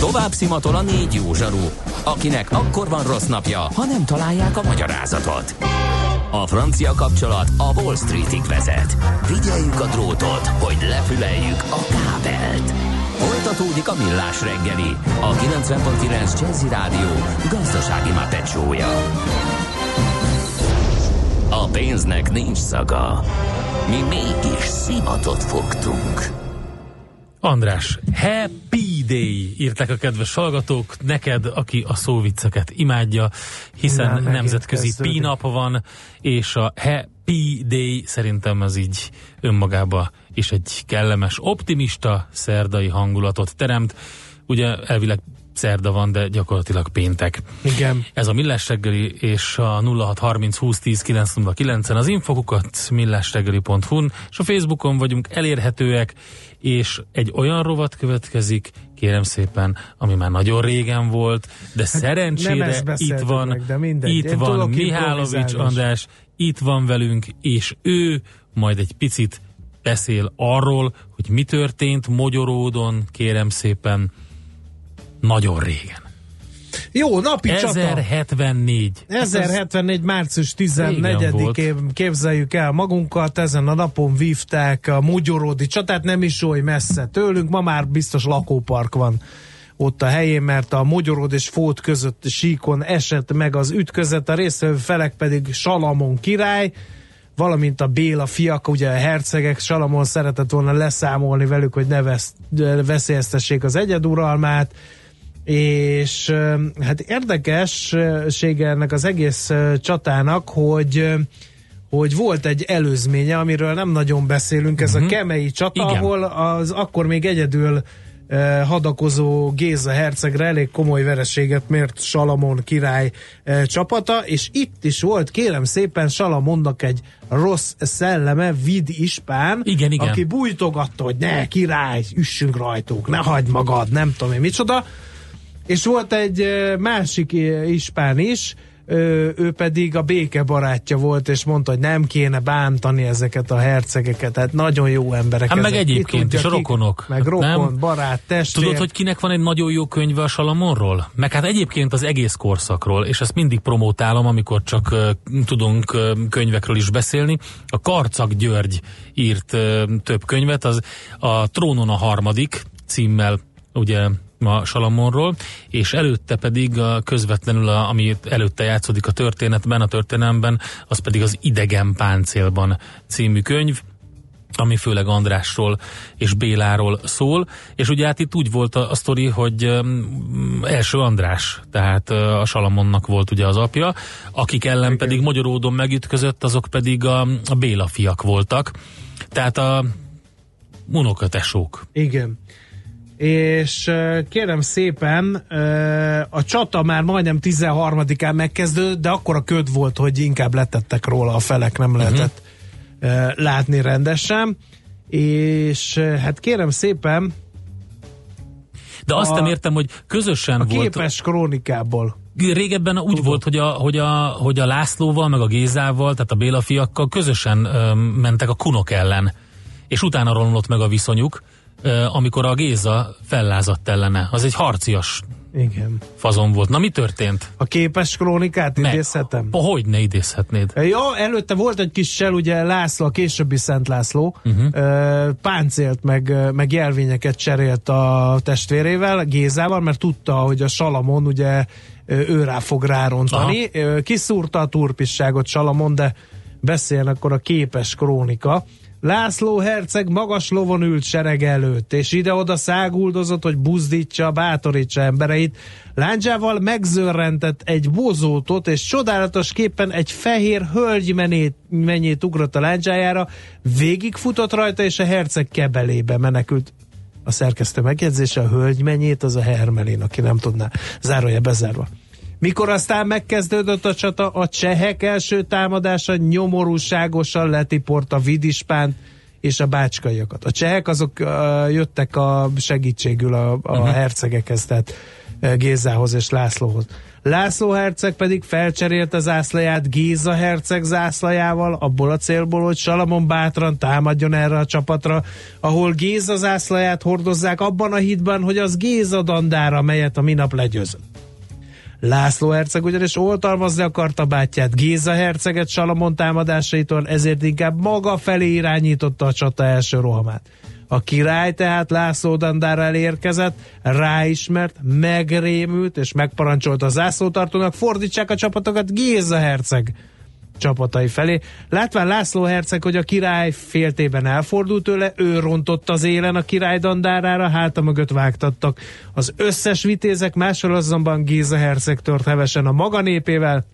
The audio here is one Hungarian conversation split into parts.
Tovább szimatol a 4 jó zsaru, akinek akkor van rossz napja, ha nem találják a magyarázatot. A francia kapcsolat a Wall Streetig vezet. Figyeljük a drótot, hogy lefüleljük a kábelt. Folytatódik a Millás reggeli, a 90.9 Jazzy Rádió gazdasági mápecsója. A pénznek nincs szaga. Mi mégis szimatot fogtunk. András, Happy Day írták a kedves hallgatók, neked, aki a szóvicceket imádja, hiszen nemzetközi Pi-nap van, és a Happy Day szerintem az így önmagába is egy kellemes, optimista szerdai hangulatot teremt. Ugye elvileg szerda van, de gyakorlatilag péntek. Igen. Ez a Millás reggeli, és a 0630 20 10 909-en az infokukat millásreggeli.hu-n, és a Facebookon vagyunk elérhetőek, és egy olyan rovat következik, kérem szépen, ami már nagyon régen volt, de szerencsére itt van, meg, itt van Mihálovics András, itt van velünk, és ő majd egy picit beszél arról, hogy mi történt Mogyoródon, kérem szépen, nagyon régen. Jó, napi 1074. Csata. 1074. március 14-én képzeljük el magunkat, ezen a napon vívták a Mogyoródi csatát, nem is oly messze tőlünk, ma már biztos lakópark van ott a helyén, mert a Mogyorod és Fót között síkon esett meg az ütközet, a résztvevő felek pedig Salamon király, valamint a Béla fiak, ugye a hercegek. Salamon szeretett volna leszámolni velük, hogy ne veszélyeztessék az egyeduralmát, és hát érdekessége ennek az egész csatának, hogy volt egy előzménye, amiről nem nagyon beszélünk, ez a kemei csata, igen, ahol az akkor még egyedül hadakozó Géza hercegre elég komoly vereséget mért Salamon király csapata, és itt is volt, kérem szépen, Salamonnak egy rossz szelleme, Vid ispán, igen. aki bújtogatta, hogy ne, király, üssünk rajtuk, ne hagyd magad, nem tudom én micsoda. És volt egy másik ispán is, ő pedig a béke barátja volt, és mondta, hogy nem kéne bántani ezeket a hercegeket, hát nagyon jó emberek. Hát meg egyébként is a rokonok. Meg rokon, nem? Barát, testvér. Tudod, hogy kinek van egy nagyon jó könyve a Salamonról? Meg hát egyébként az egész korszakról, és ezt mindig promótálom, amikor csak tudunk könyvekről is beszélni. A Karcag György írt több könyvet, az a Trónon a harmadik címmel, ugye, a Salamonról, és előtte pedig közvetlenül, ami előtte játszódik a történelemben, az pedig az Idegen páncélban című könyv, ami főleg Andrásról és Béláról szól, és ugye hát itt úgy volt a sztori, hogy első András, tehát a Salamonnak volt ugye az apja, akik ellen igen, pedig Mogyoródon megütközött, azok pedig a Béla fiak voltak, tehát a unokatesók. Igen. És kérem szépen, a csata már majdnem 13-án megkezdődött, de akkor a köd volt, hogy inkább letettek róla a felek, nem lehetett látni rendesen, és hát kérem szépen, de azt nem értem, hogy közösen a volt... A képes krónikából. Régebben úgy volt, hogy a Lászlóval, meg a Gézával, tehát a Béla fiakkal közösen mentek a kunok ellen, és utána romlott meg a viszonyuk, amikor a Géza fellázadt ellene. Az egy harcias fazon volt. Na, mi történt? A képes krónikát idézhetem? Hogy ne idézhetnéd? Ja, előtte volt egy kis sel, ugye László, a későbbi Szent László, páncélt meg jelvényeket cserélt a testvérével, Gézával, mert tudta, hogy a Salamon ugye ő rá fog rárontani. Kiszúrta a turpisságot Salamon, de beszéljen akkor a képes krónika. László herceg magas lovon ült sereg előtt, és ide-oda száguldozott, hogy buzdítsa, bátorítsa embereit. Lándzsával megzörrentett egy bozótot, és csodálatosképpen egy fehér hölgymenyét ugrott a lándzsájára, végigfutott rajta, és a herceg kebelébe menekült. A szerkesztő megjegyzése, a hölgymenyét, az a Hermelin, aki nem tudná. Zárója bezárva. Mikor aztán megkezdődött a csata, a csehek első támadása nyomorúságosan letiporta Vidispánt és a bácskaiakat. A csehek azok jöttek a segítségül a hercegekhez, tehát Gézához és Lászlóhoz. László herceg pedig felcserélte zászlaját Géza herceg zászlajával, abból a célból, hogy Salamon bátran támadjon erre a csapatra, ahol Géza zászlaját hordozzák abban a hitben, hogy az Géza dandára, melyet a minap legyőzött. László herceg ugyanis oltalmazni akarta bátyját, Géza herceget Salamon támadásaitól, ezért inkább maga felé irányította a csata első rohamát. A király tehát László dandára elérkezett, ráismert, megrémült, és megparancsolta a zászlótartónak, fordítsák a csapatokat Géza herceg csapatai felé. Látván László herceg, hogy a király féltében elfordult tőle, ő rontott az élen a király dandárára, háta mögött vágtattak. Az összes vitézek, máshol azonban Géza herceg tört hevesen a maga népével.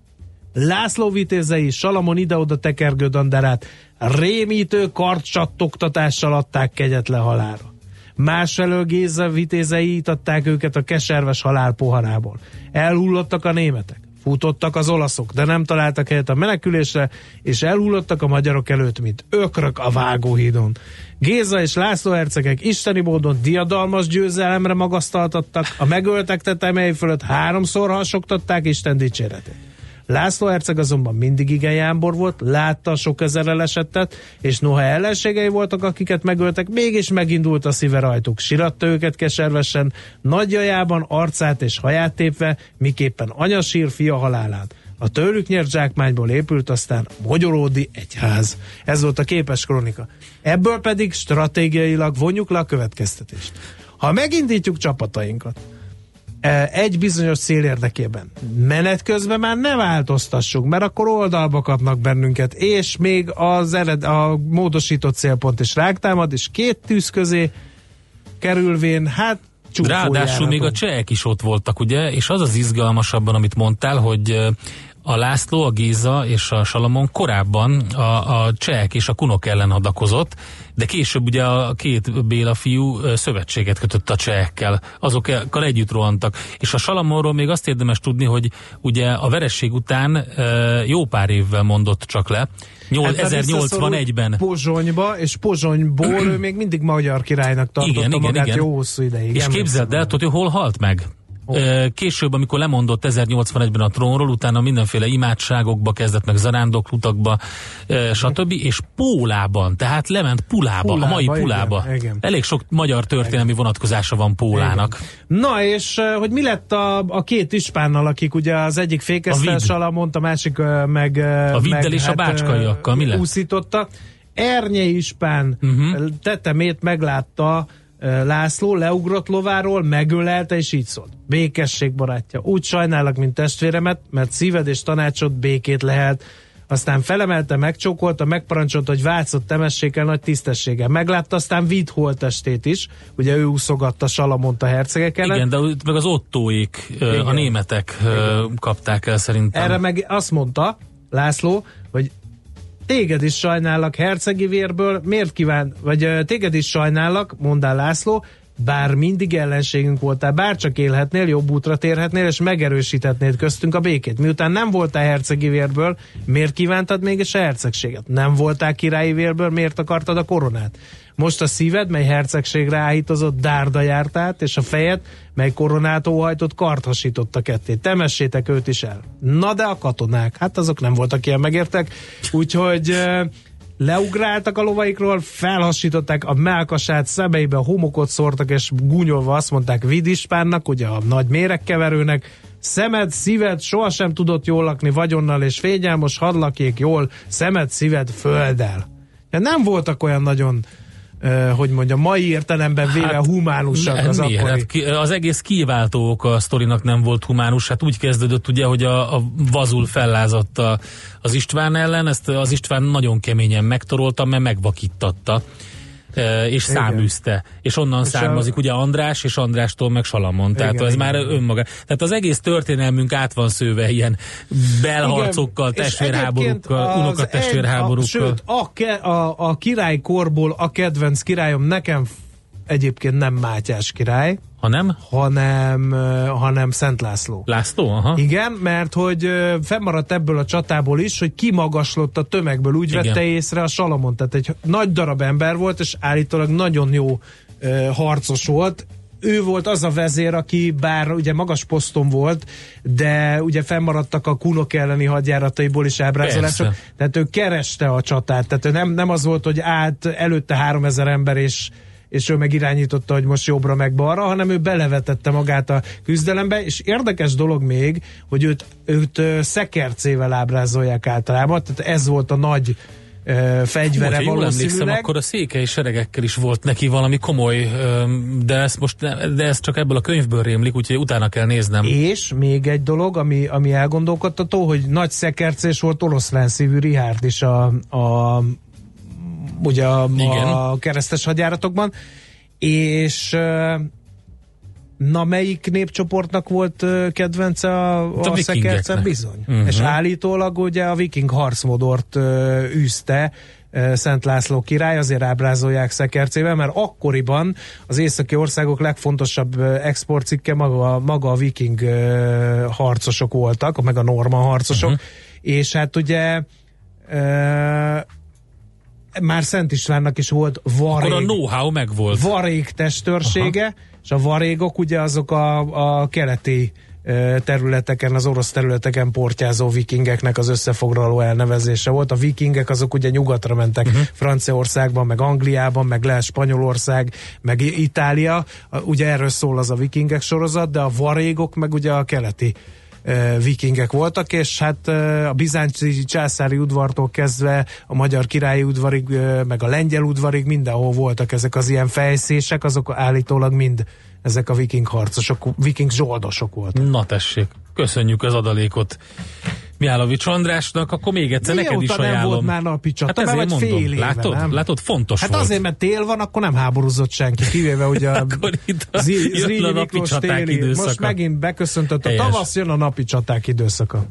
László vitézei Salamon ide-oda tekergő dandárát rémítő kardcsattogtatással adták kegyetlen halálra. Másfelől Géza vitézei itatták őket a keserves halál poharából. Elhullottak a németek, futottak az olaszok, de nem találtak helyet a menekülésre, és elhullottak a magyarok előtt, mint ökrök a vágóhídon. Géza és László hercegek isteni módon diadalmas győzelemre magasztaltattak, a megöltek tetemei fölött 3-szor hasogtatták Isten dicséretét. László herceg azonban mindig igen jámbor volt, látta a sok ezer elesettet, és noha ellenségei voltak, akiket megöltek, mégis megindult a szíve rajtuk. Siratta őket keservesen, nagy jajában arcát és haját tépve, miképpen anya sír fia halálán. A tőlük nyert zsákmányból épült aztán Magyaródi egyház. Ez volt a képes krónika. Ebből pedig stratégiailag vonjuk le a következtetést. Ha megindítjuk csapatainkat egy bizonyos cél érdekében, menet közben már ne változtassuk, mert akkor oldalba kapnak bennünket, és még a módosított célpont is rágtámad, és két tűz közé kerülvén, hát ráadásul még a csehek is ott voltak, ugye, és az az izgalmasabban, amit mondtál, hogy a László, a Géza és a Salamon korábban a csehek és a kunok ellen hadakozott, de később ugye a két Béla fiú szövetséget kötött a csehekkel, azokkal együtt rohantak. És a Salamonról még azt érdemes tudni, hogy ugye a veresség után jó pár évvel mondott csak le, 1081-ben. Pozsonyba, és Pozsonyból ő még mindig magyar királynak tartotta magát jó hosszú ideig. És képzeld el, hogy hol halt meg? Később, amikor lemondott 1081-ben a trónról, utána mindenféle imádságokba kezdett, meg zarándokutakba, stb. És Pólában, tehát lement Pulába, a mai Pulába. Igen. Elég sok magyar történelmi vonatkozása van Pólának. Igen. Na és hogy mi lett a két ispánnal, akik ugye az egyik fékezte Salamont, a másik meg a Viddel és a bácskaiakkal, mi lett? Úszította. Ernyei ispán tetemét meglátta László, leugrott lováról, megölelte, és így szólt. Békesség, barátja. Úgy sajnálok, mint testvéremet, mert szíved és tanácsod békét lehelt. Aztán felemelte, megcsókolta, megparancsolta, hogy Vácot temessék el nagy tisztességgel. Meglátta aztán Vid holttestét is, ugye ő úszogatta Salamont a hercegek ellen. Igen, de meg az Ottóék, a németek kapták el szerintem. Erre meg azt mondta László, hogy téged is sajnállak hercegi vérből, miért kíván, vagy téged is sajnállak, mondál László, bár mindig ellenségünk voltál, bár csak élhetnél, jobb útra térhetnél, és megerősíthetnéd köztünk a békét. Miután nem voltál hercegi vérből, miért kívántad mégis a hercegséget? Nem voltál királyi vérből, miért akartad a koronát? Most a szíved, mely hercegségre áhítozott, dárda járt át, és a fejed, mely koronát óhajtott, kart hasította ketté. Temessétek őt is el. Na de a katonák, hát azok nem voltak ilyen megértek, úgyhogy leugráltak a lovaikról, felhasították a mellkasát, szemeibe homokot szórtak, és gúnyolva azt mondták Vidispánnak, ugye a nagy méregkeverőnek, szemed, szíved sohasem tudott jól lakni vagyonnal és fényel, most hadd lakjék jól, szemed, szíved földdel. De nem voltak olyan nagyon hogy mondjam, mai értelemben véve humánusak az akkori. Hát az egész kiváltó a sztorinak nem volt humánus, hát úgy kezdődött ugye, hogy a Vazul fellázadt az István ellen, ezt az István nagyon keményen megtorolta, mert megvakítatta, és száműzte. És onnan származik ugye András, és Andrástól meg Salamon. Tehát ez már önmaga. Tehát az egész történelmünk át van szőve ilyen belharcokkal, testvérháborúkkal, unokatestvérháborúkkal. Sőt, a királykorból a kedvenc királyom nekem egyébként nem Mátyás király, hanem Szent László. László? Aha. Igen, mert hogy fennmaradt ebből a csatából is, hogy kimagaslott a tömegből, úgy vette észre a Salamon. Tehát egy nagy darab ember volt, és állítólag nagyon jó harcos volt, ő volt az a vezér, aki bár ugye magas poszton volt, de ugye fennmaradtak a kunok elleni hadjárataiból is ábrázolások. Persze. Tehát ő kereste a csatát. Tehát ő nem az volt, hogy állt előtte 3000 ember, és ő meg irányította, hogy most jobbra meg balra, hanem ő belevetette magát a küzdelembe, és érdekes dolog még, hogy őt szekercével ábrázolják általában, tehát ez volt a nagy fegyvere valószínűleg. Jól emlékszem, akkor a székely seregekkel is volt neki valami komoly, de ez csak ebből a könyvből rémlik, úgyhogy utána kell néznem. És még egy dolog, ami elgondolkodtató, hogy nagy szekercés volt oroszlán szívű Richárd is ugye a keresztes hadjáratokban, és na melyik népcsoportnak volt kedvence a szekerce? Bizony. És állítólag ugye a viking harcmodort űzte Szent László király, azért ábrázolják szekercével, mert akkoriban az északi országok legfontosabb exportcikke maga a viking harcosok voltak, meg a norman harcosok, és hát ugye már Szent Istvánnak is volt varég. Akkor a know-how megvolt. Varég testőrsége, és a varégok ugye azok a keleti területeken, az orosz területeken portyázó vikingeknek az összefoglaló elnevezése volt. A vikingek azok ugye nyugatra mentek, Franciaországban, meg Angliában, meg lehet Spanyolország, meg Itália. Ugye erről szól az a vikingek sorozat, de a varégok meg ugye a keleti vikingek voltak, és hát a bizánci császári udvartól kezdve a magyar királyi udvarig, meg a lengyel udvarig mindenhol voltak ezek az ilyen fejszések, azok állítólag mind ezek a viking harcosok, viking zsoldosok voltak. Na tessék, köszönjük az adalékot Mihálovics Andrásnak, akkor még egyszer neked is ajánlom. Nem volt már napi csata, hát mert vagy fél éve, látod, fontos hát volt. Hát azért, mert tél van, akkor nem háborúzott senki, kivéve ugye a Zrínyi Miklós téli. Időszaka. Most megint beköszöntött a tavasz, jön a napi csaták időszaka.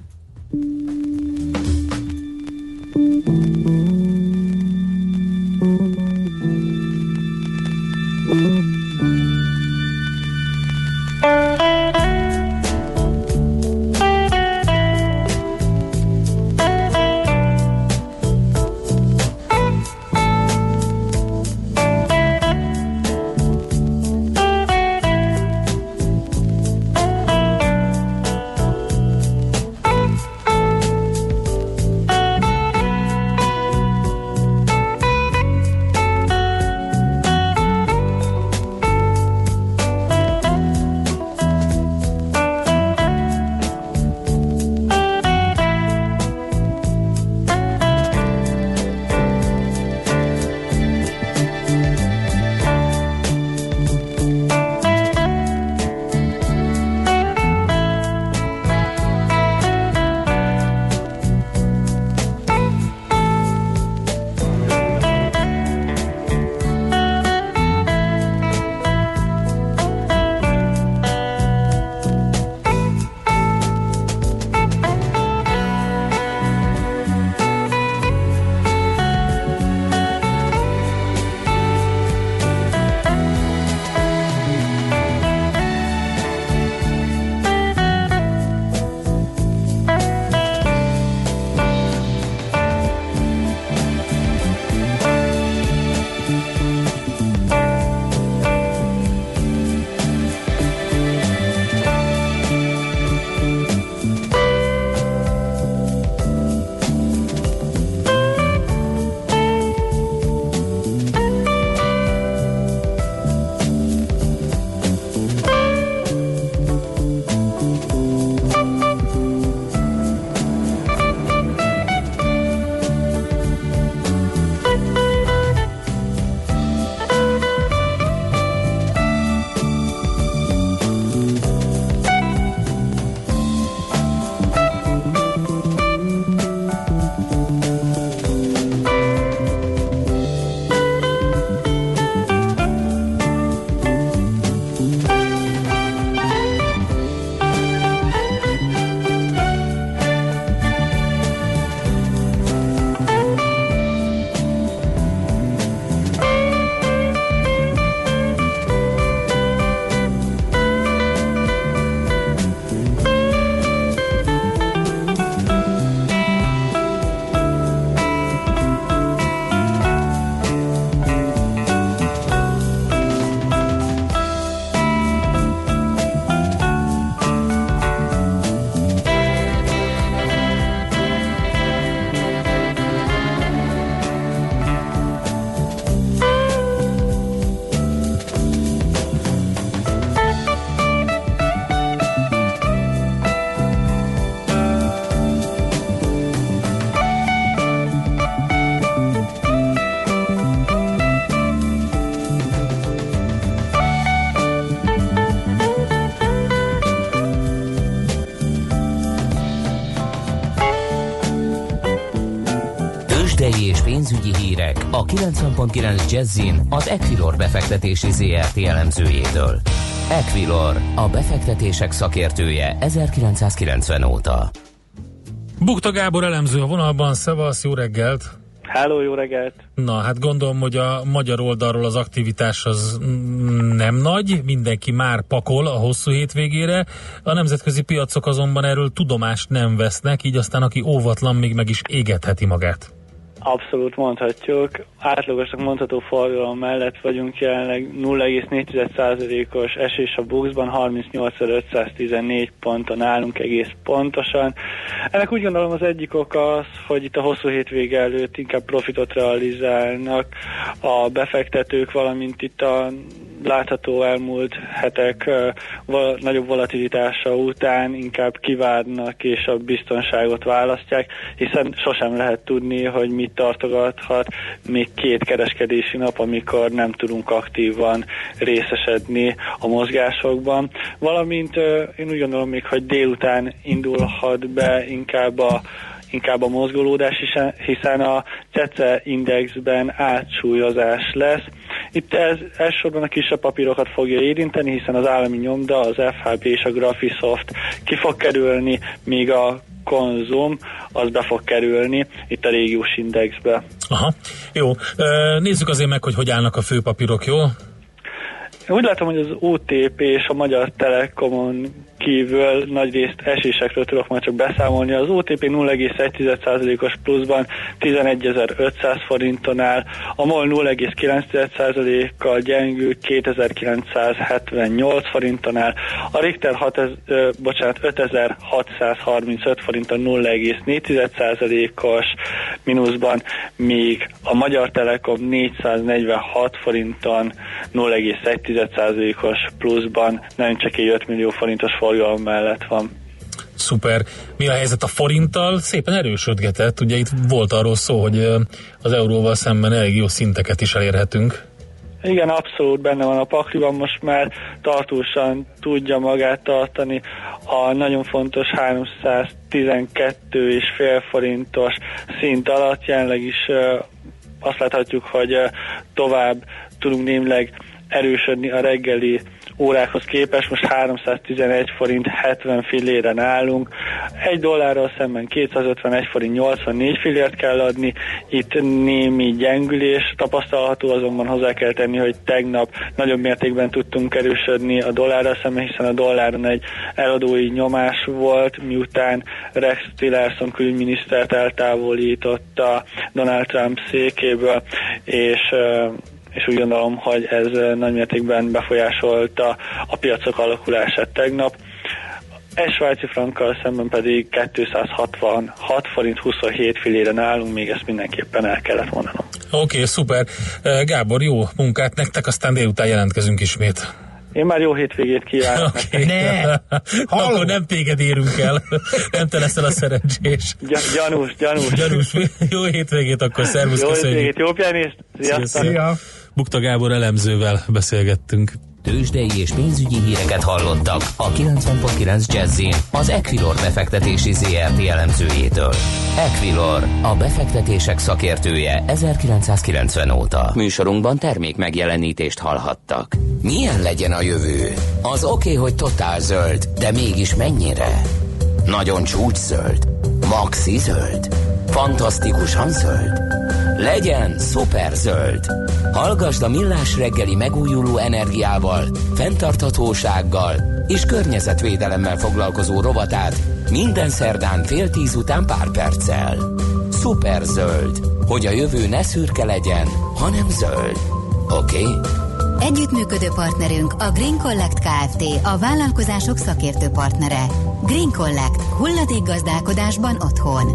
hírek a 90.9 Jazzin az Equilor befektetési ZRT elemzőjétől. Equilor, a befektetések szakértője 1990 óta. Bukta Gábor elemző a vonalban, szevasz, jó reggelt! Háló, jó reggelt! Na, hát gondolom, hogy a magyar oldalról az aktivitás az nem nagy, mindenki már pakol a hosszú hétvégére, a nemzetközi piacok azonban erről tudomást nem vesznek, így aztán aki óvatlan, még meg is égetheti magát. Abszolút mondhatjuk. Átlagosnak mondható forgalom mellett vagyunk jelenleg 0,4%-os esés a BUX-ban, 38.514 ponton állunk egész pontosan. Ennek úgy gondolom az egyik oka az, hogy itt a hosszú hétvége előtt inkább profitot realizálnak a befektetők, valamint itt a látható elmúlt hetek nagyobb volatilitása után inkább kivárnak és a biztonságot választják, hiszen sosem lehet tudni, hogy mit tartogathat még két kereskedési nap, amikor nem tudunk aktívan részesedni a mozgásokban. Valamint én úgy gondolom még, hogy délután indulhat be inkább a mozgolódás, hiszen a CECE indexben átsúlyozás lesz. Itt ez elsősorban a kisebb papírokat fogja érinteni, hiszen az állami nyomda, az FHB és a Graphisoft ki fog kerülni, míg a konzum az be fog kerülni itt a régiós indexbe. Aha, jó. Nézzük azért meg, hogy állnak a főpapírok, jó? Úgy látom, hogy az OTP és a Magyar Telekomon kívül nagyrészt esésekről tudok majd csak beszámolni. Az OTP 0,1%-os pluszban 11.500 forinton áll, a MOL 0,9%-kal gyengül 2.978 forinton áll, a Richter 5.635 forinton 0,4%-os mínuszban, míg a Magyar Telekom 446 forinton 0,1%-os pluszban, nagyon csak egy 5 millió forintos forgalom mellett van. Szuper. Mi a helyzet a forinttal? Szépen erősödgetett. Ugye itt volt arról szó, hogy az euróval szemben elég jó szinteket is elérhetünk. Igen, abszolút benne van a pakliban, most már tartósan tudja magát tartani a nagyon fontos 312,5 forintos szint alatt. Jelenleg is azt láthatjuk, hogy tovább tudunk némileg erősödni a reggeli órákhoz képest, most 311 forint 70 filléren állunk. Egy dollárral szemben 251 forint 84 fillért kell adni, itt némi gyengülés tapasztalható, azonban hozzá kell tenni, hogy tegnap nagyobb mértékben tudtunk erősödni a dollárral szemben, hiszen a dolláron egy eladói nyomás volt, miután Rex Tillerson külügyminisztert eltávolította Donald Trump székéből, és úgy gondolom, hogy ez nagymértékben befolyásolta a piacok alakulását tegnap. Egy svájci frankkal szemben pedig 266 forint 27 filléren állunk, még ezt mindenképpen el kellett mondanom. Oké, szuper. Gábor, jó munkát nektek, aztán délután jelentkezünk ismét. Én már jó hétvégét kívánok. Okay. Akkor nem téged érünk el. Nem te leszel a szerencsés. Gyanús. Jó hétvégét akkor, szervusz, jó köszönjük. Jó hétvégét, jó pihenést. Sziasztok. Szia. Bukta Gábor elemzővel beszélgettünk. Tőzsdei és pénzügyi híreket hallottak a 90.9 Jazzin az Equilor befektetési ZRT elemzőjétől. Equilor, a befektetések szakértője 1990 óta. Műsorunkban termék megjelenítést hallhattak. Milyen legyen a jövő? Az oké, hogy totál zöld, de mégis mennyire? Nagyon csúcszöld? Maxi zöld? Fantasztikusan zöld? Legyen szuper zöld! Hallgasd a Millás reggeli megújuló energiával, fenntarthatósággal és környezetvédelemmel foglalkozó rovatát minden szerdán 9:30 után pár perccel. Szuper zöld, hogy a jövő ne szürke legyen, hanem zöld. Oké? Együttműködő partnerünk a Green Collect Kft. A vállalkozások szakértő partnere. Green Collect. Hulladékgazdálkodásban otthon.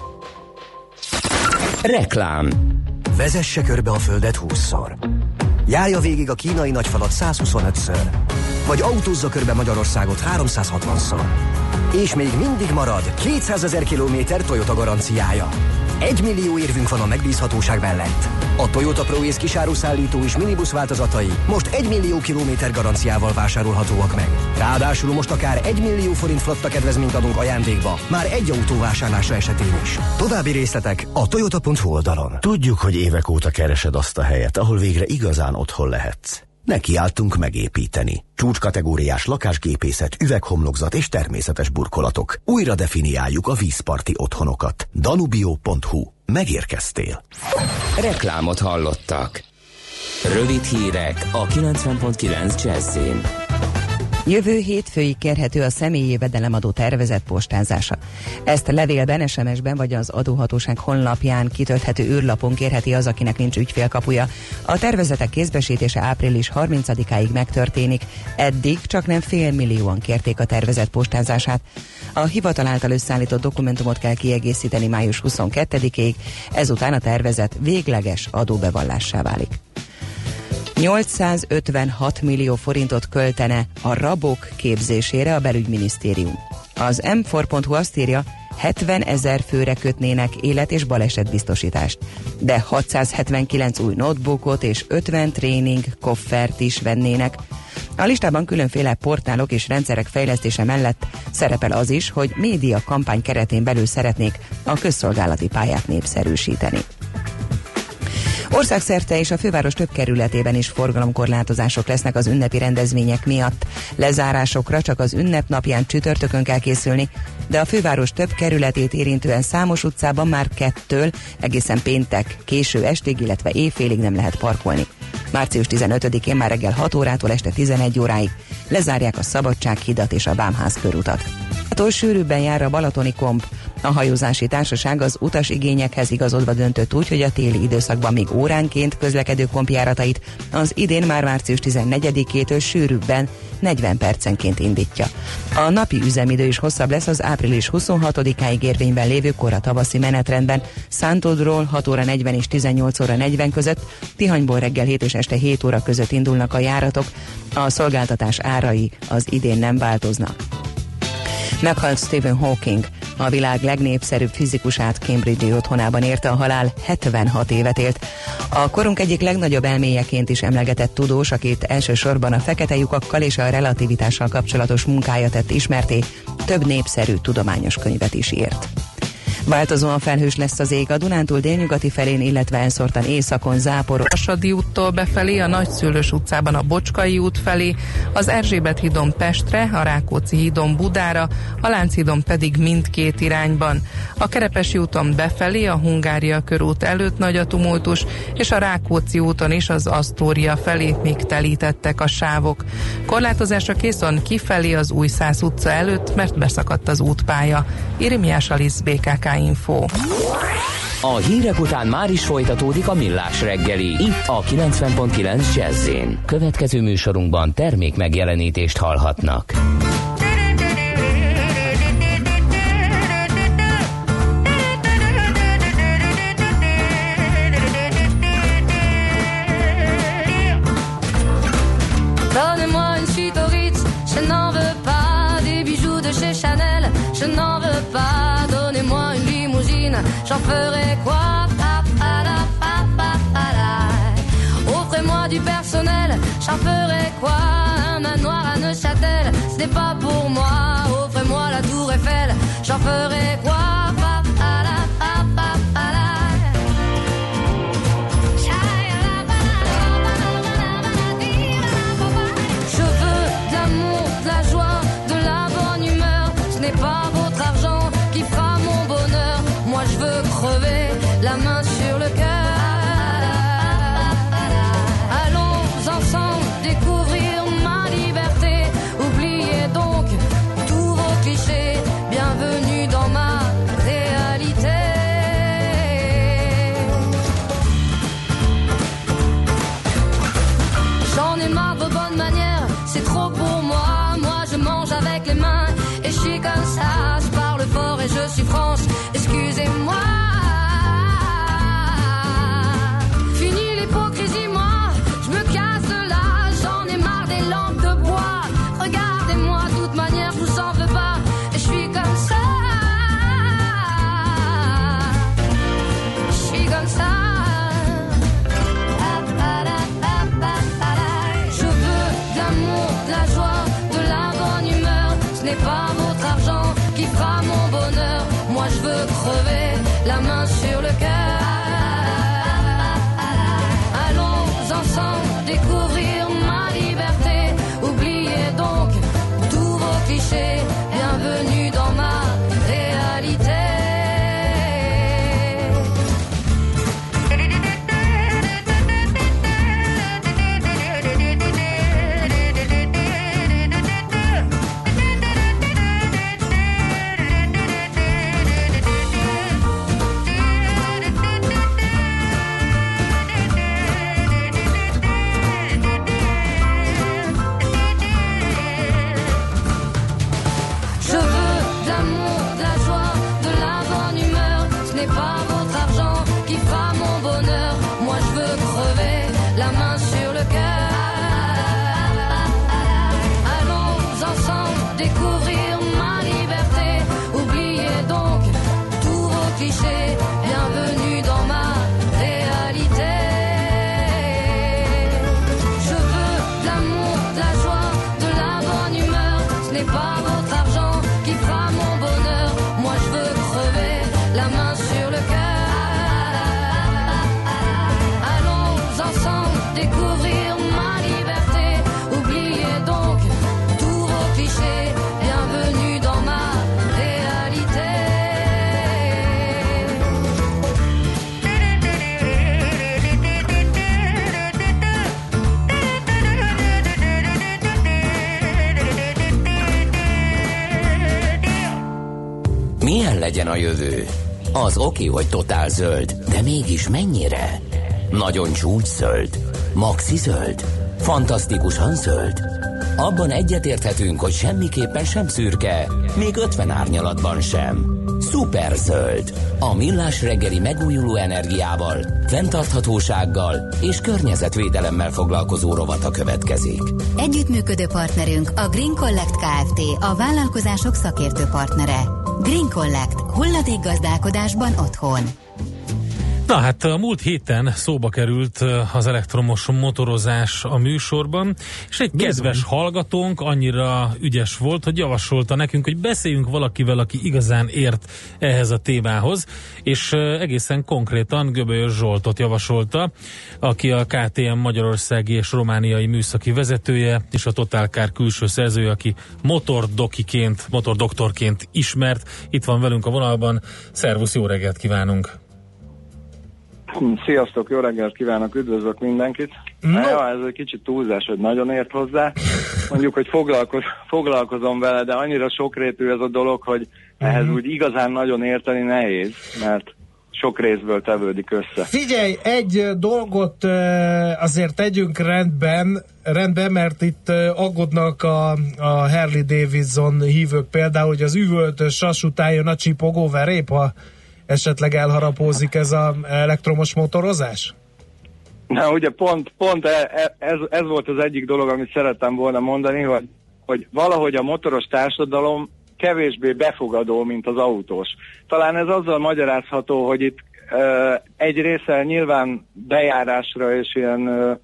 Reklám. Vezesse körbe a Földet 20-szor. Járja végig a kínai nagyfalat 125-ször. Vagy autózza körbe Magyarországot 360-szor. És még mindig marad 200 000 kilométer Toyota garanciája. 1 millió érvünk van a megbízhatóság mellett. A Toyota ProAce kisáruszállító és minibusz változatai most 1 millió kilométer garanciával vásárolhatóak meg. Ráadásul most akár 1 millió forint flotta kedvezményt adunk ajándékba, már egy autó vásárlása esetén is. További részletek a toyota.hu oldalon. Tudjuk, hogy évek óta keresed azt a helyet, ahol végre igazán otthon lehetsz. Nekiálltunk megépíteni. Csúcskategóriás lakásgépészet, üveghomlokzat és természetes burkolatok. Újra definiáljuk a vízparti otthonokat. Danubio.hu. Megérkeztél. Reklámot hallottak. Rövid hírek a 90.9 Jazzin. Jövő hétfőig kérhető a személyi jövedelemadó tervezett postázása. Ezt levélben, SMS-ben vagy az adóhatóság honlapján kitölthető űrlapon kérheti az, akinek nincs ügyfélkapuja. A tervezetek kézbesítése április 30-áig megtörténik. Eddig csak nem 500 000-an kérték a tervezett postázását. A hivatal által összeállított dokumentumot kell kiegészíteni május 22-ig, ezután a tervezet végleges adóbevallássá válik. 856 millió forintot költene a rabok képzésére a belügyminisztérium. Az m4.hu azt írja, 70 000 főre kötnének élet- és balesetbiztosítást, de 679 új notebookot és 50 tréning koffert is vennének. A listában különféle portálok és rendszerek fejlesztése mellett szerepel az is, hogy média kampány keretén belül szeretnék a közszolgálati pályát népszerűsíteni. Országszerte és a főváros több kerületében is forgalomkorlátozások lesznek az ünnepi rendezvények miatt. Lezárásokra csak az ünnepnapján csütörtökön kell készülni, de a főváros több kerületét érintően számos utcában már 2-től egészen péntek késő estig, illetve éjfélig nem lehet parkolni. Március 15-én már reggel 6 órától este 11 óráig lezárják a Szabadsághidat és a Vámház körutat. Attól sűrűbben jár a Balatoni Komp. A hajózási társaság az utasigényekhez igazodva döntött úgy, hogy a téli időszakban még óránként közlekedő kompjáratait az idén már március 14-től sűrűbben 40 percenként indítja. A napi üzemidő is hosszabb lesz az április 26-áig érvényben lévő kora tavaszi menetrendben. Szántodról 6 óra 40 és 18 óra 40 között, Tihanyból reggel 7 és este 7 óra között indulnak a járatok. A szolgáltatás árai az idén nem változnak. Meghalt Stephen Hawking. A világ legnépszerűbb fizikusát Cambridge-i otthonában érte a halál, 76 évet élt. A korunk egyik legnagyobb elméjeként is emlegetett tudós, akit elsősorban a fekete lyukakkal és a relativitással kapcsolatos munkája tett ismerté, több népszerű tudományos könyvet is írt. Változóan felhős lesz az ég, a Dunántúl délnyugati felén, illetve elszórtan északon záporos. A Sadi úttól befelé, a Nagyszülős utcában a Bocskai út felé, az Erzsébet hídon Pestre, a Rákóczi hídon Budára, a Lánchídon pedig mindkét irányban. A Kerepesi úton befelé, a Hungária körút előtt nagy a tumultus, és a Rákóczi úton is az Asztória felé még telítettek a sávok. Korlátozásra készon kifelé az Újszász utca előtt, mert beszakadt az útpálya. Irimiás Alisz, BKK Info. A hírek után már is folytatódik a Millás reggeli, itt a 90.9 Jazz-én. Következő műsorunkban termék megjelenítést hallhatnak. Donnez-moi une suite au Ritz, je n'en veux pas. Des bijoux de chez Chanel, je n'en veux pas. Donnez-moi une limousine, j'en ferai quoi? Offrez-moi du personnel, j'en ferai quoi? Un manoir à Neuchâtel, ce n'est pas pour moi. Offrez-moi la tour Eiffel, j'en ferai quoi? Je veux de l'amour, de la joie, de la bonne humeur. Ce n'est pas votre argent qui fera mon bonheur. Moi je veux crever la main sur le cœur. Ensemble découvrir ma liberté. Oubliez donc tous vos clichés. Bienvenue dans ma réalité. J'en ai marre de vos bonnes manières, c'est trop pour moi. Moi je mange avec les mains et je suis comme ça. Je parle fort et je suis franche, excusez-moi. Fini l'hypocrisie, moi je me casse de là, j'en ai marre des lampes de bois. Regardez-moi, de toute manière, je vous en veux pas. Et je suis n'est pas votre argent qui fera mon bonheur. Moi je veux crever la main sur le cœur. Allons ensemble découvrir ma liberté. Oubliez donc tous vos clichés. Bienvenue dans ma réalité. Bienvenue dans ma réalité. Je veux de l'amour, de la joie, de la bonne humeur. Ce n'est pas votre argent qui fera mon bonheur. Moi je veux crever la main sur le cœur. Allons ensemble découvrir ma liberté. Oubliez donc tous vos clichés. Bienvenue dans ma réalité. Milyen legyen a jövő? Az oké, hogy totál zöld, de mégis mennyire? Nagyon csúcszöld? Maxi zöld? Fantasztikusan zöld? Abban egyetérthetünk, hogy semmiképpen sem szürke, még 50 árnyalatban sem. Szuper zöld. A Millás reggeli megújuló energiával, fenntarthatósággal és környezetvédelemmel foglalkozó rovata következik. Együttműködő partnerünk a Green Collect Kft. A vállalkozások szakértő partnere. Green Collect. Hulladékgazdálkodásban otthon. Na hát a múlt héten szóba került az elektromos motorozás a műsorban, és egy kedves hallgatónk annyira ügyes volt, hogy javasolta nekünk, hogy beszéljünk valakivel, aki igazán ért ehhez a témához, és egészen konkrétan Göbölyös Zsoltot javasolta, aki a KTM magyarországi és romániai műszaki vezetője, és a Total Car külső szerzője, aki motordoktorként ismert. Itt van velünk a vonalban. Szervusz, jó reggelt kívánunk! Sziasztok, jó reggelt kívánok, üdvözlök mindenkit. No. Ja, ez egy kicsit túlzás, hogy nagyon ért hozzá. Mondjuk, hogy foglalkozom vele, de annyira sokrétű ez a dolog, hogy ehhez úgy igazán nagyon érteni nehéz, mert sok részből tevődik össze. Figyelj, egy dolgot azért tegyünk rendben, mert itt aggódnak a Harley Davidson hívők például, hogy az üvöltő sas után jön a csipogó verép, ha esetleg elharapózik ez az elektromos motorozás? Na ugye pont ez volt az egyik dolog, amit szerettem volna mondani, hogy valahogy a motoros társadalom kevésbé befogadó, mint az autós. Talán ez azzal magyarázható, hogy itt egy része nyilván bejárásra és ilyen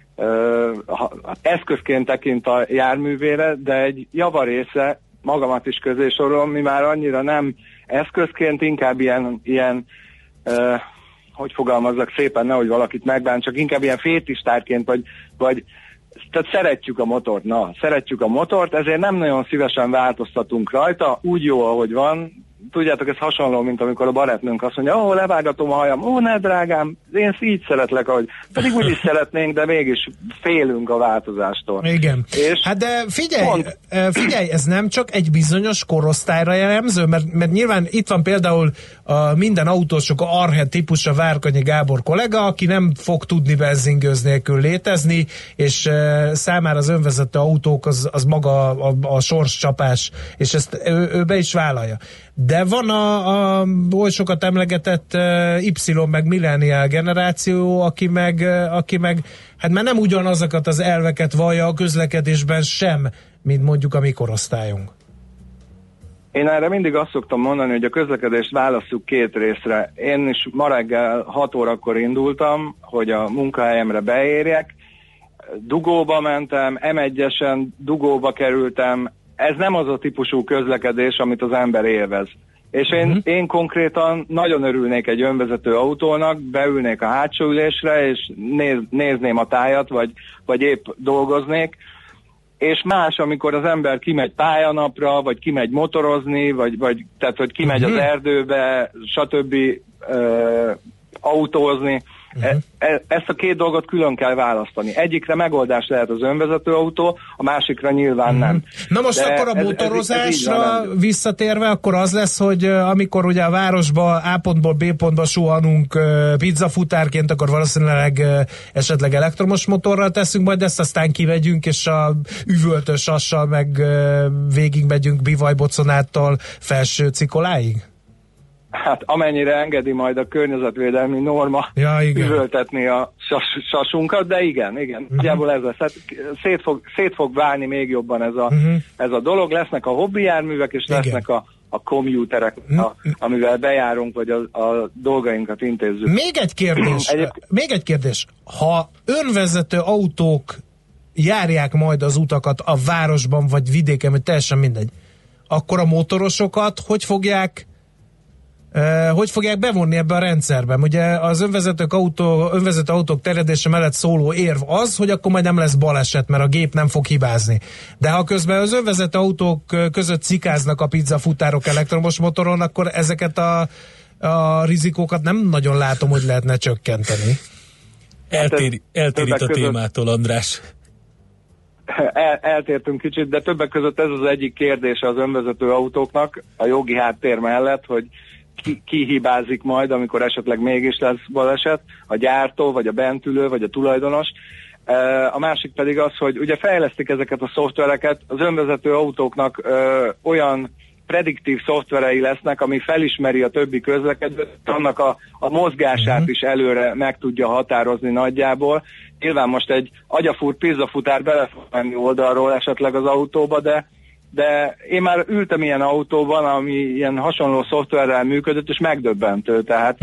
eszközként tekint a járművére, de egy javarésze, magamat is közé sorolom, mi már annyira nem eszközként, inkább ilyen hogy fogalmazzak szépen, nehogy valakit megbántsak, inkább ilyen fétistárként, vagy tehát szeretjük a motort, ezért nem nagyon szívesen változtatunk rajta, úgy jó, ahogy van. Tudjátok, ez hasonló, mint amikor a barátnőnk azt mondja, levágatom a hajam, ne drágám, én így szeretlek, ahogy pedig úgy is szeretnénk, de mégis félünk a változástól. Igen. És hát de figyelj, ez nem csak egy bizonyos korosztályra jellemző, mert nyilván itt van például minden autósok Arhen típusra Várkonyi Gábor kollega, aki nem fog tudni benzingőz nélkül létezni, és számára az önvezető autók az maga a sorscsapás, és ezt ő be is vállalja. De van a oly sokat emlegetett Y meg millennial generáció, aki meg hát már nem ugyanazokat az elveket vallja a közlekedésben sem, mint mondjuk a mi korosztályunk. Én erre mindig azt szoktam mondani, hogy a közlekedést válasszuk két részre. Én is ma reggel 6 órakor indultam, hogy a munkahelyemre beérjek. Dugóba mentem, M1-esen dugóba kerültem, ez nem az a típusú közlekedés, amit az ember élvez. És én konkrétan nagyon örülnék egy önvezető autónak, beülnék a hátsó ülésre, és nézném a tájat, vagy épp dolgoznék. És más, amikor az ember kimegy pályanapra, vagy kimegy motorozni, vagy tehát, hogy kimegy az erdőbe, stb. Autózni. Ezt a két dolgot külön kell választani. Egyikre megoldás lehet az önvezető autó, a másikra nyilván nem. Na most de akkor a motorozásra visszatérve, akkor az lesz, hogy amikor ugye a városba A pontból B pontba suhanunk pizzafutárként, akkor valószínűleg esetleg elektromos motorral teszünk, majd ezt aztán kivegyünk, és a üvöltős assal meg végigmegyünk Bivajboconától Felső Cikoláig? Hát amennyire engedi majd a környezetvédelmi norma üvöltetni a sasunkat, de igen. Nagyjából ez lesz. Hát szét fog válni még jobban ez a dolog. Lesznek a hobbi járművek, és lesznek a commuterek, amivel bejárunk, vagy a dolgainkat intézzük. Még egy kérdés. Ha önvezető autók járják majd az utakat a városban, vagy vidéken, vagy teljesen mindegy, akkor a motorosokat hogy fogják bevonni ebbe a rendszerbe? Ugye az önvezető autók terjedése mellett szóló érv az, hogy akkor majd nem lesz baleset, mert a gép nem fog hibázni. De ha közben az önvezető autók között cikáznak a pizzafutárok elektromos motoron, akkor ezeket a rizikókat nem nagyon látom, hogy lehetne csökkenteni. Eltérít a témától, András. Eltértünk kicsit, de többek között ez az egyik kérdése az önvezető autóknak, a jogi háttér mellett, hogy ki hibázik majd, amikor esetleg mégis lesz baleset, a gyártó, vagy a bentülő, vagy a tulajdonos. A másik pedig az, hogy ugye fejlesztik ezeket a szoftvereket, az önvezető autóknak olyan prediktív szoftverei lesznek, ami felismeri a többi közlekedőt, annak a mozgását is előre meg tudja határozni nagyjából. Nyilván most egy agyafúrt pizzafutár bele fog menni oldalról esetleg az autóba, de én már ültem ilyen autóban, ami ilyen hasonló szoftverrel működött, és megdöbbentő. Tehát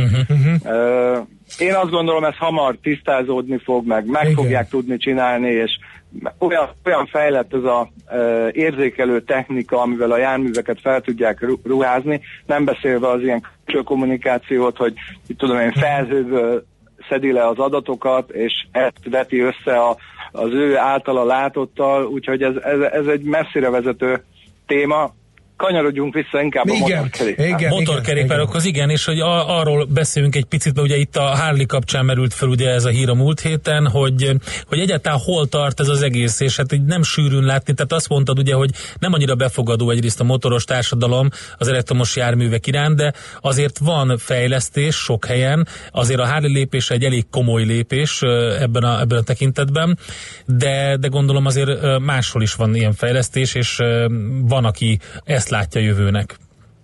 én azt gondolom, ez hamar tisztázódni fog, meg fogják tudni csinálni, és olyan fejlett ez az érzékelő technika, amivel a járműveket fel tudják ruházni, nem beszélve az ilyen kommunikációt, hogy tudom én, felhőből szedi le az adatokat, és ezt veti össze az ő általa látottal, úgyhogy ez egy messzire vezető téma. Kanyarodjunk vissza inkább a motorkerékpárokhoz, igen, és hogy arról beszélünk egy picit, mert ugye itt a Harley kapcsán merült fel ugye ez a hír a múlt héten, hogy egyáltalán hol tart ez az egész, és hát így nem sűrűn látni, tehát azt mondtad ugye, hogy nem annyira befogadó egyrészt a motoros társadalom az elektromos járművek iránt, de azért van fejlesztés sok helyen, azért a Harley lépés egy elég komoly lépés ebben a tekintetben, de gondolom azért máshol is van ilyen fejlesztés, és van, aki ezt látja jövőnek.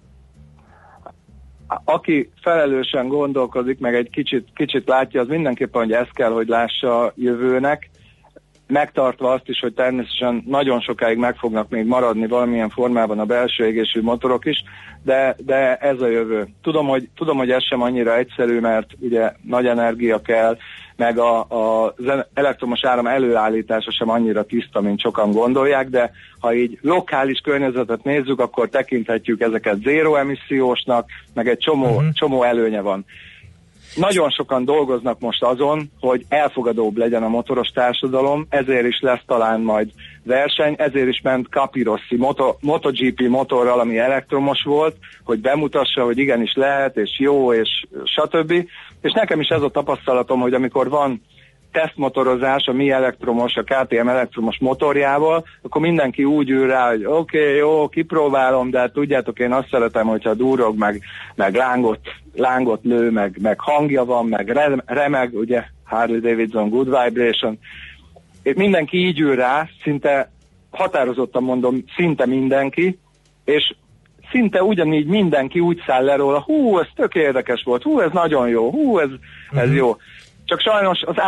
Aki felelősen gondolkodik, meg egy kicsit látja, az mindenképpen, hogy ezt kell, hogy lássa jövőnek, megtartva azt is, hogy természetesen nagyon sokáig meg fognak még maradni valamilyen formában a belső égésű motorok is, de ez a jövő. Tudom, hogy ez sem annyira egyszerű, mert ugye nagy energia kell, meg az elektromos áram előállítása sem annyira tiszta, mint sokan gondolják, de ha így lokális környezetet nézzük, akkor tekinthetjük ezeket zéró emissziósnak, meg egy csomó előnye van. Nagyon sokan dolgoznak most azon, hogy elfogadóbb legyen a motoros társadalom, ezért is lesz talán majd verseny, ezért is ment Capirossi MotoGP motorral, ami elektromos volt, hogy bemutassa, hogy igenis lehet, és jó, és stb. És nekem is ez a tapasztalatom, hogy amikor van tesztmotorozás, a mi elektromos, a KTM elektromos motorjával, akkor mindenki úgy ül rá, hogy oké, jó, kipróbálom, de hát tudjátok, én azt szeretem, hogyha durog, meg lángot lő, meg hangja van, meg remeg, ugye Harley Davidson Good Vibration. Mindenki így ül rá, szinte határozottan mondom, szinte mindenki, és szinte ugyanígy mindenki úgy száll le róla, hú, ez tök érdekes volt, hú, ez nagyon jó, hú, ez jó. Csak sajnos az ár.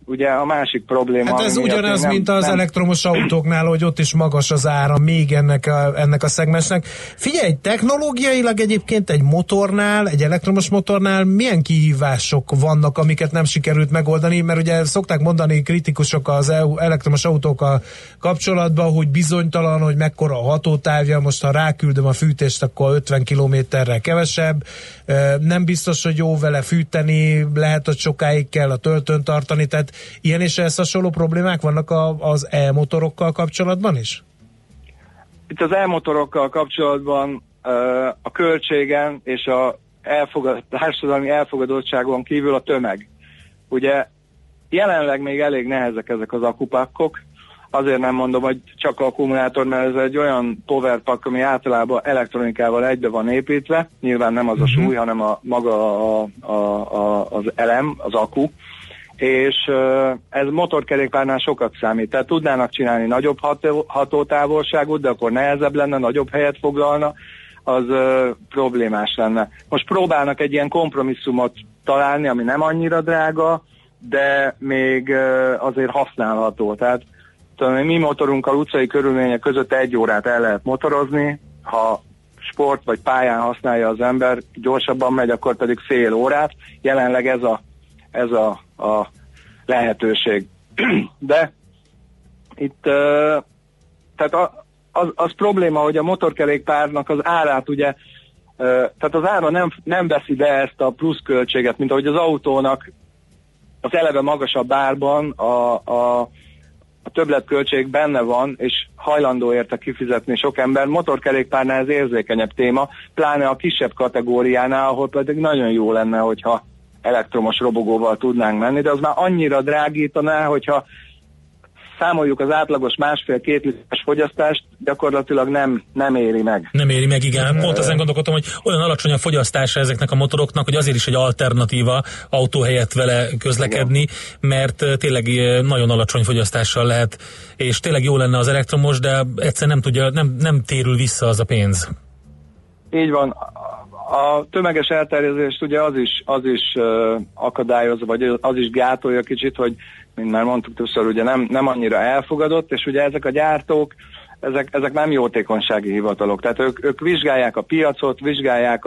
ugye a másik probléma. Hát ez ugyanaz, mint az elektromos autóknál, hogy ott is magas az ára még ennek a szegmensnek. Figyelj, technológiailag egyébként egy motornál, egy elektromos motornál milyen kihívások vannak, amiket nem sikerült megoldani, mert ugye szokták mondani kritikusok az elektromos autókkal kapcsolatban, hogy bizonytalan, hogy mekkora a hatótávja, most ha ráküldöm a fűtést, akkor 50 kilométerrel kevesebb, nem biztos, hogy jó vele fűteni, lehet, hogy sokáig kell a töltőn tartani, tehát ilyen és ehhez hasonló problémák vannak az e-motorokkal kapcsolatban is? Itt az e-motorokkal kapcsolatban a költségen és a társadalmi elfogadottságon kívül a tömeg. Ugye jelenleg még elég nehezek ezek az akupakkok, azért nem mondom, hogy csak akkumulátor, mert ez egy olyan powerpack, ami általában elektronikával egybe van építve, nyilván nem az a súly, hanem az elem, az akku, és ez motorkerékpárnál sokat számít. Tehát tudnának csinálni nagyobb hatótávolságot, de akkor nehezebb lenne, nagyobb helyet foglalna, az problémás lenne. Most próbálnak egy ilyen kompromisszumot találni, ami nem annyira drága, de még azért használható. Tehát mi motorunkkal utcai körülmények között 1 órát el lehet motorozni, ha sport vagy pályán használja az ember, gyorsabban megy, akkor pedig fél órát. Jelenleg ez a lehetőség. De itt tehát az probléma, hogy a motorkerékpárnak az árát ugye, tehát az ára nem veszi be ezt a pluszköltséget, mint ahogy az autónak az eleve magasabb árban a többletköltség benne van, és hajlandó érte kifizetni sok ember. Motorkerékpárnál ez érzékenyebb téma, pláne a kisebb kategóriánál, ahol pedig nagyon jó lenne, hogyha elektromos robogóval tudnánk menni, de az már annyira drágítaná, hogyha számoljuk az átlagos 1,5-2 literes fogyasztást, gyakorlatilag nem éri meg. Nem éri meg, igen. Pont ezen gondolkodtam, hogy olyan alacsony a fogyasztása ezeknek a motoroknak, hogy azért is egy alternatíva autó helyett vele közlekedni, igen, mert tényleg nagyon alacsony fogyasztással lehet, és tényleg jó lenne az elektromos, de egyszer nem térül vissza az a pénz. Így van. A tömeges elterjedést ugye az is akadályozza, vagy az is gátolja kicsit, hogy mint már mondtuk többször, ugye nem annyira elfogadott, és ugye ezek a gyártók, ezek nem jótékonysági hivatalok. Tehát ők vizsgálják a piacot, vizsgálják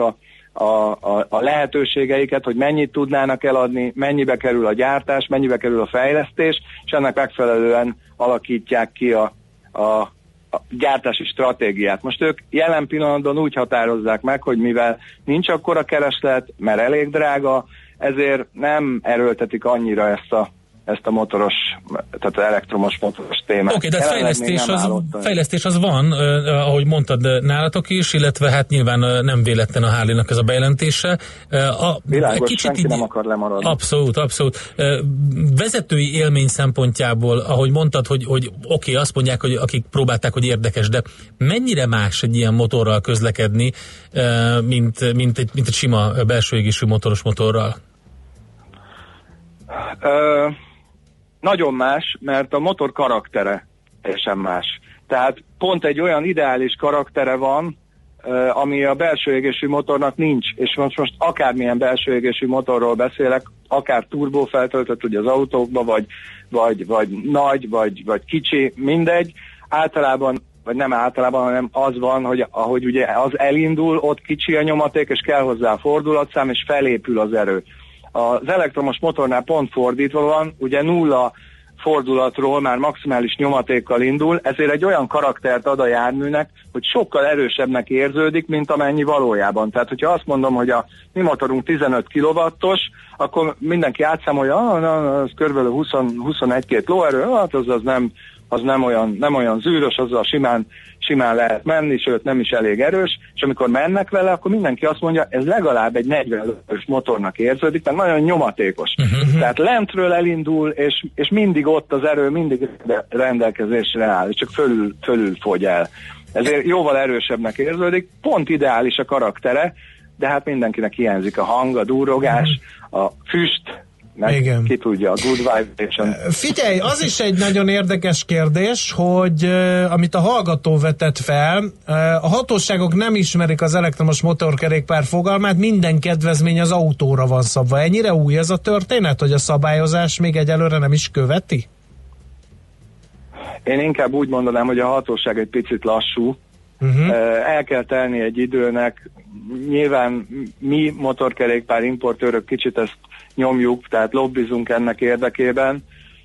a lehetőségeiket, hogy mennyit tudnának eladni, mennyibe kerül a gyártás, mennyibe kerül a fejlesztés, és ennek megfelelően alakítják ki a gyártási stratégiát. Most ők jelen pillanatban úgy határozzák meg, hogy mivel nincs akkora kereslet, mert elég drága, ezért nem erőltetik annyira ezt a motoros, tehát az elektromos motoros témát. Oké, de fejlesztés az van, ahogy mondtad nálatok is, illetve hát nyilván nem véletlen a Harley-nak ez a bejelentése. Világos, senki nem akar lemaradni. Abszolút. Vezetői élmény szempontjából, ahogy mondtad, hogy oké, azt mondják, hogy akik próbálták, hogy érdekes, de mennyire más egy ilyen motorral közlekedni, mint egy sima belső égésű motoros motorral? Nagyon más, mert a motor karaktere teljesen más. Tehát pont egy olyan ideális karaktere van, ami a belső égésű motornak nincs, és most akármilyen belső égésű motorról beszélek, akár turbófeltöltött ugye az autókba, vagy nagy, vagy kicsi, mindegy, általában, vagy nem általában, hanem az van, hogy ahogy ugye az elindul, ott kicsi a nyomaték, és kell hozzá a fordulatszám, és felépül az erő. Az elektromos motornál pont fordítva van, ugye 0 fordulatról már maximális nyomatékkal indul, ezért egy olyan karaktert ad a járműnek, hogy sokkal erősebbnek érződik, mint amennyi valójában. Tehát, hogyha azt mondom, hogy a mi motorunk 15 kW-os, akkor mindenki átszámolja, az kb. 21-22 lóerő, hát az nem olyan zűrös, azzal simán lehet menni, sőt nem is elég erős, és amikor mennek vele, akkor mindenki azt mondja, ez legalább egy 40 lóerős motornak érződik, mert nagyon nyomatékos. Tehát lentről elindul, és mindig ott az erő, mindig rendelkezésre áll, és csak fölül fogy el. Ezért jóval erősebbnek érződik, pont ideális a karaktere, de hát mindenkinek hiányzik a hang, a durrogás, a füst, meg ki tudja, a good vibration. Figyelj, az is egy nagyon érdekes kérdés, hogy amit a hallgató vetett fel, a hatóságok nem ismerik az elektromos motorkerékpár fogalmát, minden kedvezmény az autóra van szabva. Ennyire új ez a történet, hogy a szabályozás még egyelőre nem is követi? Én inkább úgy mondanám, hogy a hatóság egy picit lassú. El kell telni egy időnek. Nyilván mi motorkerékpár importőrök kicsit ezt nyomjuk, tehát lobbizunk ennek érdekében.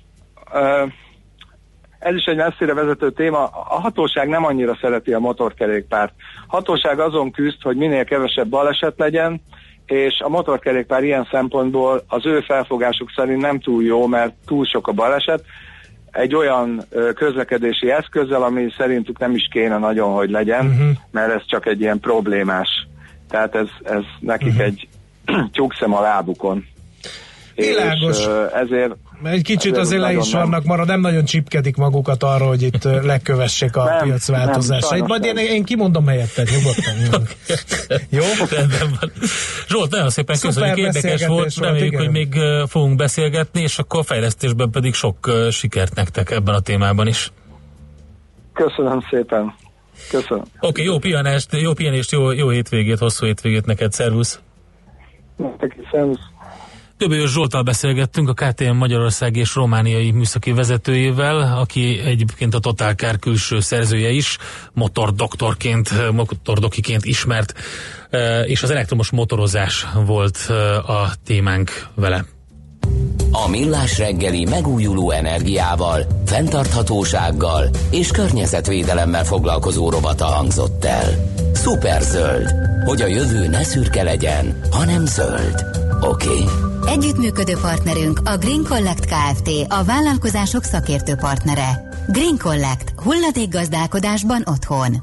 Ez is egy messzire vezető téma. A hatóság nem annyira szereti a motorkerékpárt. A hatóság azon küzd, hogy minél kevesebb baleset legyen, és a motorkerékpár ilyen szempontból az ő felfogásuk szerint nem túl jó, mert túl sok a baleset. Egy olyan közlekedési eszközzel, ami szerintük nem is kéne nagyon, hogy legyen, mert ez csak egy ilyen problémás. Tehát ez nekik egy tyúkszem a lábukon. Világos. És ezért egy kicsit azért le is vannak marad, nem nagyon csipkedik magukat arra, hogy itt lekövessék a piac változásait. Majd én kimondom helyetted, nyugodtan. Jó? Rendben van. Zsolt, nagyon szépen köszönjük, érdekes volt, reméljük, hogy még fogunk beszélgetni, és akkor a fejlesztésben pedig sok sikert nektek ebben a témában is. Köszönöm szépen. Köszönöm. Oké, jó pihenést, jó hétvégét, hosszú hétvégét neked, szervusz. Szervusz. Többős Zsolttal beszélgettünk, a KTM Magyarország és romániai műszaki vezetőjével, aki egyébként a Total Car külső szerzője is, motordokiként ismert, és az elektromos motorozás volt a témánk vele. A Millás reggeli megújuló energiával, fenntarthatósággal és környezetvédelemmel foglalkozó rovata hangzott el. Szuperzöld, hogy a jövő ne szürke legyen, hanem zöld. Oké. Együttműködő partnerünk a Green Collect Kft. A vállalkozások szakértő partnere. Green Collect. Hulladékgazdálkodásban otthon.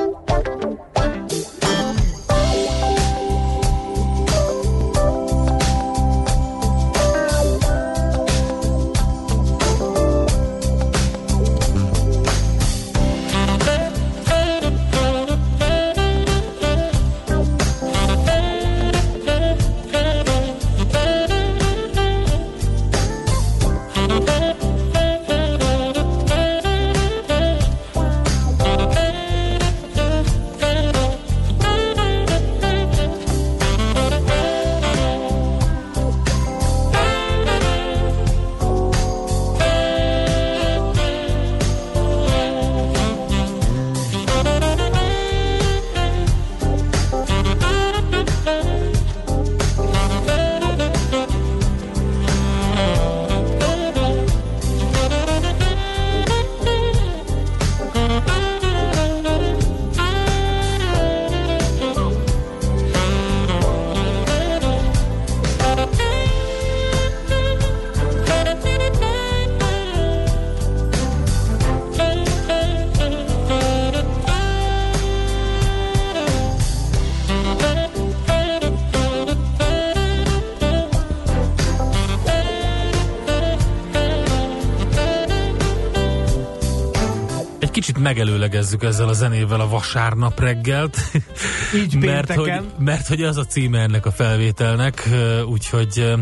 Megelőlegezzük ezzel a zenével a vasárnap reggelt. Így mert hogy az a címe ennek a felvételnek, úgyhogy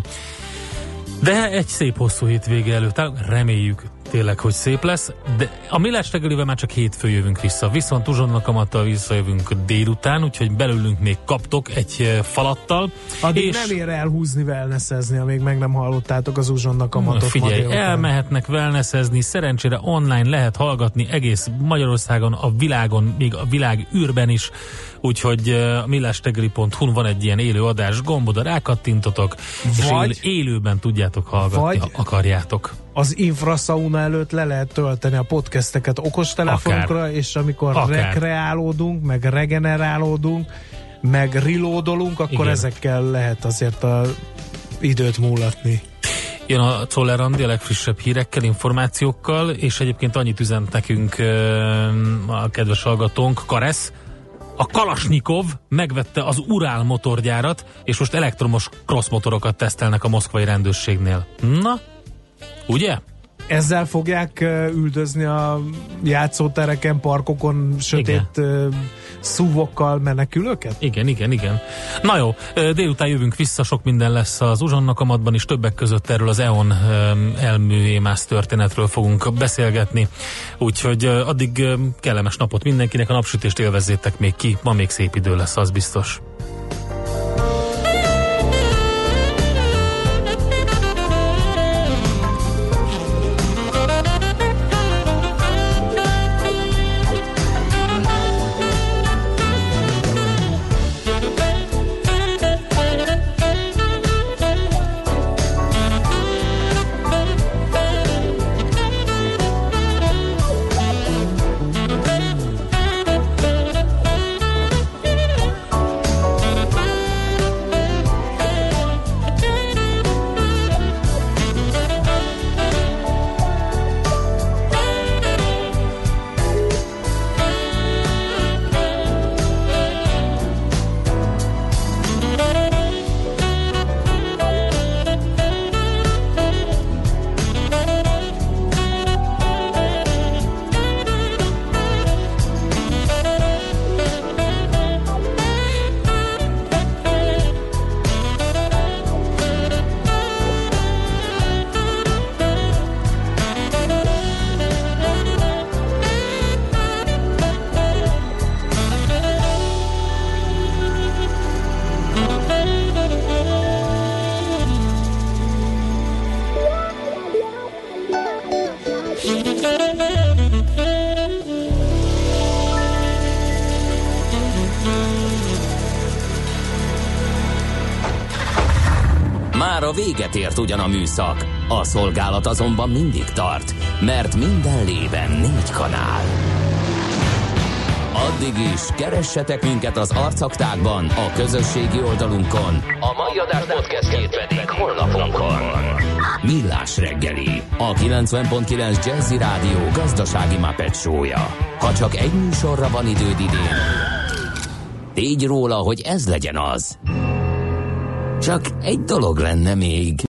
de egy szép hosszú hétvége előtt, reméljük tényleg, hogy szép lesz, de a Millás reggelivel már csak hétfőn jövünk vissza, viszont uzsonna kamattal visszajövünk délután, úgyhogy belőlünk még kaptok egy falattal. Addig és nem ér elhúzni wellnessezni, amíg meg nem hallottátok az uzsonna kamatot. Figyelj, elmehetnek wellnessezni, szerencsére online lehet hallgatni egész Magyarországon, a világon, még a világ űrben is, úgyhogy a millástegeli.hu-n van egy ilyen élő adás gomb, oda rákattintotok, és élőben tudjátok hallgatni, ha akarjátok. Az infrasauna előtt le lehet tölteni a podcasteket okostelefonunkra, és amikor rekreálódunk, meg regenerálódunk, meg reloadolunk, akkor ezekkel lehet azért a időt múlatni. Jön a Czoller Andi a legfrissebb hírekkel, információkkal, és egyébként annyit üzent nekünk a kedves hallgatónk, Karesz, a Kalasnyikov megvette az Ural motorgyárat, és most elektromos crossmotorokat tesztelnek a moszkvai rendőrségnél. Na, ugye? ezzel fogják üldözni a játszótereken, parkokon, sötét szúvokkal menekülőket? Igen. Na jó, délután jövünk vissza, sok minden lesz az Uzsonnakamatban is, többek között erről az EON elműhémász történetről fogunk beszélgetni, úgyhogy addig kellemes napot mindenkinek, a napsütést élvezzétek még ki, ma még szép idő lesz, az biztos. A véget ért ugyan a műszak, a szolgálat azonban mindig tart, mert minden lében 4 kanál. Addig is keressetek minket az arcaktákban, a közösségi oldalunkon, a mai adás podcastjét pedig honlapunkon. Millás reggeli, a 90.9 Jazzy Rádió gazdasági Muppet show-ja. Ha csak egy műsorra van időd idén, tégy róla, hogy ez legyen az. Csak egy dolog lenne még.